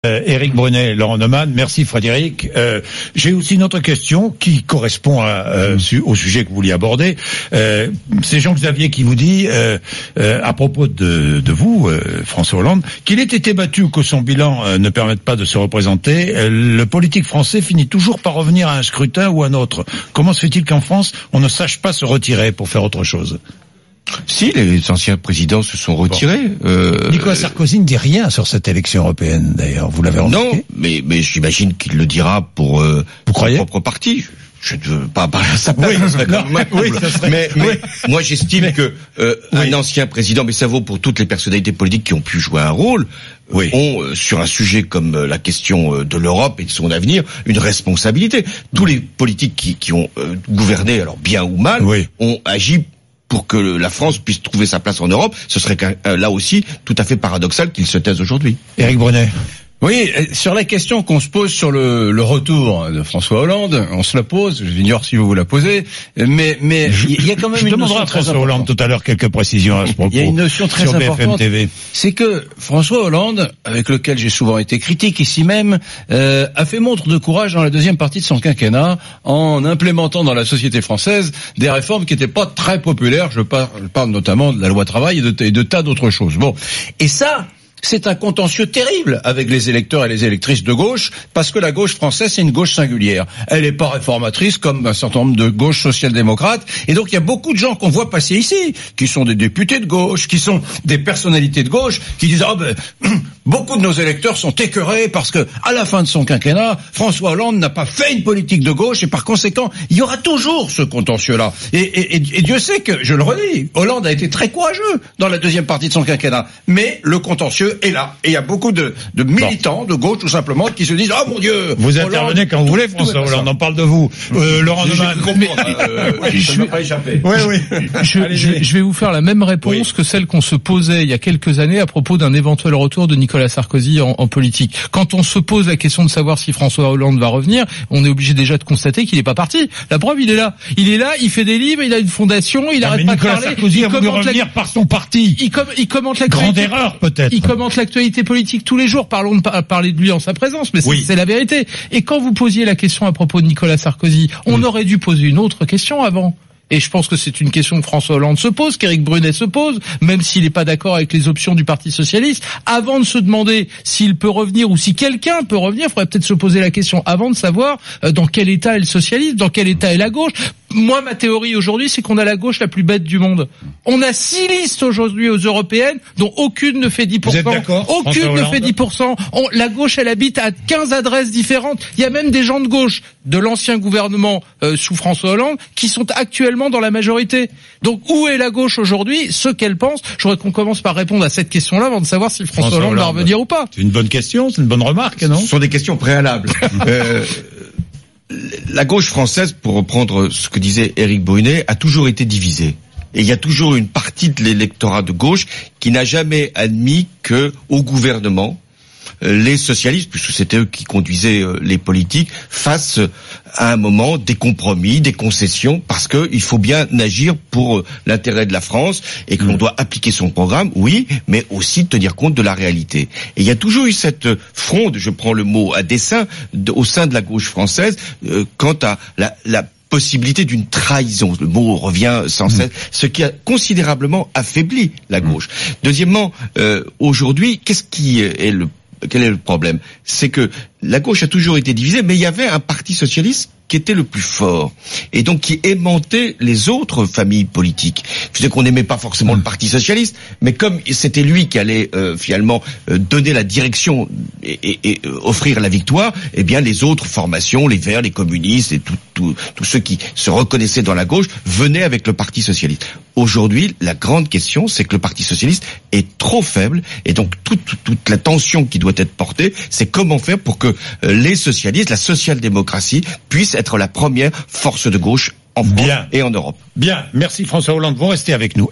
Éric Brunet, Laurent Neumann, merci Frédéric. J'ai aussi une autre question qui correspond au sujet que vous vouliez aborder. C'est Jean Xavier qui vous dit, à propos de vous, François Hollande, qu'il ait été battu ou que son bilan ne permette pas de se représenter, le politique français finit toujours par revenir à un scrutin ou à un autre. Comment se fait-il qu'en France, on ne sache pas se retirer pour faire autre chose ? Si, les anciens présidents se sont retirés. Nicolas Sarkozy ne dit rien sur cette élection européenne, d'ailleurs. Vous l'avez remarqué ? Non, mais j'imagine qu'il le dira pour son propre parti. Je ne veux pas parler à sa place. Mais moi, j'estime que un ancien président, mais ça vaut pour toutes les personnalités politiques qui ont pu jouer un rôle, ont, sur un sujet comme la question de l'Europe et de son avenir, une responsabilité. Tous les politiques qui ont gouverné, alors bien ou mal, ont agi pour que la France puisse trouver sa place en Europe. Ce serait là aussi tout à fait paradoxal qu'ils se taisent aujourd'hui. Éric Brunet. Oui, sur la question qu'on se pose sur le retour de François Hollande, on se la pose, j'ignore si vous la posez, mais il y a quand même une notion très importante. François Hollande tout à l'heure quelques précisions à ce propos. Il y a une notion très importante, c'est que François Hollande, avec lequel j'ai souvent été critique ici même, a fait montre de courage dans la deuxième partie de son quinquennat en implémentant dans la société française des réformes qui n'étaient pas très populaires. Je parle notamment de la loi travail et de tas d'autres choses. Bon, et ça, c'est un contentieux terrible avec les électeurs et les électrices de gauche, parce que la gauche française, c'est une gauche singulière. Elle n'est pas réformatrice comme un certain nombre de gauches social-démocrates. Et donc, il y a beaucoup de gens qu'on voit passer ici, qui sont des députés de gauche, qui sont des personnalités de gauche, qui disent beaucoup de nos électeurs sont écœurés parce que, à la fin de son quinquennat, François Hollande n'a pas fait une politique de gauche et par conséquent, il y aura toujours ce contentieux-là. Et Dieu sait que, je le redis, Hollande a été très courageux dans la deuxième partie de son quinquennat. Mais le contentieux est là. Et il y a beaucoup de militants de gauche, tout simplement, qui se disent « Oh mon Dieu !» Vous intervenez quand vous voulez, François Hollande, on parle de vous. Laurent Neumann. Je vais vous faire la même réponse que celle qu'on se posait il y a quelques années à propos d'un éventuel retour de Nicolas Sarkozy en politique. Quand on se pose la question de savoir si François Hollande va revenir, on est obligé déjà de constater qu'il n'est pas parti. La preuve, il est là. Il est là, il fait des livres, il a une fondation, il arrête pas de parler. Sarkozy a voulu revenir par son parti. Il commente la grande erreur, peut-être. Il commente l'actualité politique tous les jours. Parlons de parler de lui en sa présence, mais c'est la vérité. Et quand vous posiez la question à propos de Nicolas Sarkozy, on aurait dû poser une autre question avant. Et je pense que c'est une question que François Hollande se pose, qu'Éric Brunet se pose, même s'il n'est pas d'accord avec les options du Parti socialiste. Avant de se demander s'il peut revenir ou si quelqu'un peut revenir, il faudrait peut-être se poser la question avant de savoir dans quel état est le socialisme, dans quel état est la gauche. Moi, ma théorie aujourd'hui, c'est qu'on a la gauche la plus bête du monde. On a 6 listes aujourd'hui aux européennes, dont aucune ne fait 10%. Vous êtes d'accord, aucune ne fait 10%. La gauche, elle habite à 15 adresses différentes. Il y a même des gens de gauche, de l'ancien gouvernement sous François Hollande, qui sont actuellement dans la majorité. Donc, où est la gauche aujourd'hui? Ce qu'elle pense. Je voudrais qu'on commence par répondre à cette question-là avant de savoir si François Hollande va revenir ou pas. C'est une bonne question, c'est une bonne remarque, non? Ce sont des questions préalables. La gauche française, pour reprendre ce que disait Éric Brunet, a toujours été divisée. Et il y a toujours une partie de l'électorat de gauche qui n'a jamais admis que, au gouvernement, les socialistes, puisque c'était eux qui conduisaient les politiques, fassent à un moment des compromis, des concessions, parce que il faut bien agir pour l'intérêt de la France et que l'on doit appliquer son programme, oui, mais aussi tenir compte de la réalité. Et il y a toujours eu cette fronde, je prends le mot à dessein, au sein de la gauche française, quant à la possibilité d'une trahison. Le mot revient sans cesse, ce qui a considérablement affaibli la gauche. Deuxièmement, aujourd'hui, quel est le problème? C'est que la gauche a toujours été divisée, mais il y avait un parti socialiste qui était le plus fort, et donc qui aimantait les autres familles politiques. Je sais qu'on n'aimait pas forcément le Parti socialiste, mais comme c'était lui qui allait finalement donner la direction et offrir la victoire, eh bien les autres formations, les Verts, les communistes et tous ceux qui se reconnaissaient dans la gauche venaient avec le Parti socialiste. Aujourd'hui, la grande question, c'est que le Parti socialiste est trop faible, et donc toute la tension qui doit être portée, c'est comment faire pour que les socialistes, la social-démocratie, puissent être la première force de gauche en France et en Europe. Bien, merci François Hollande, vous restez avec nous.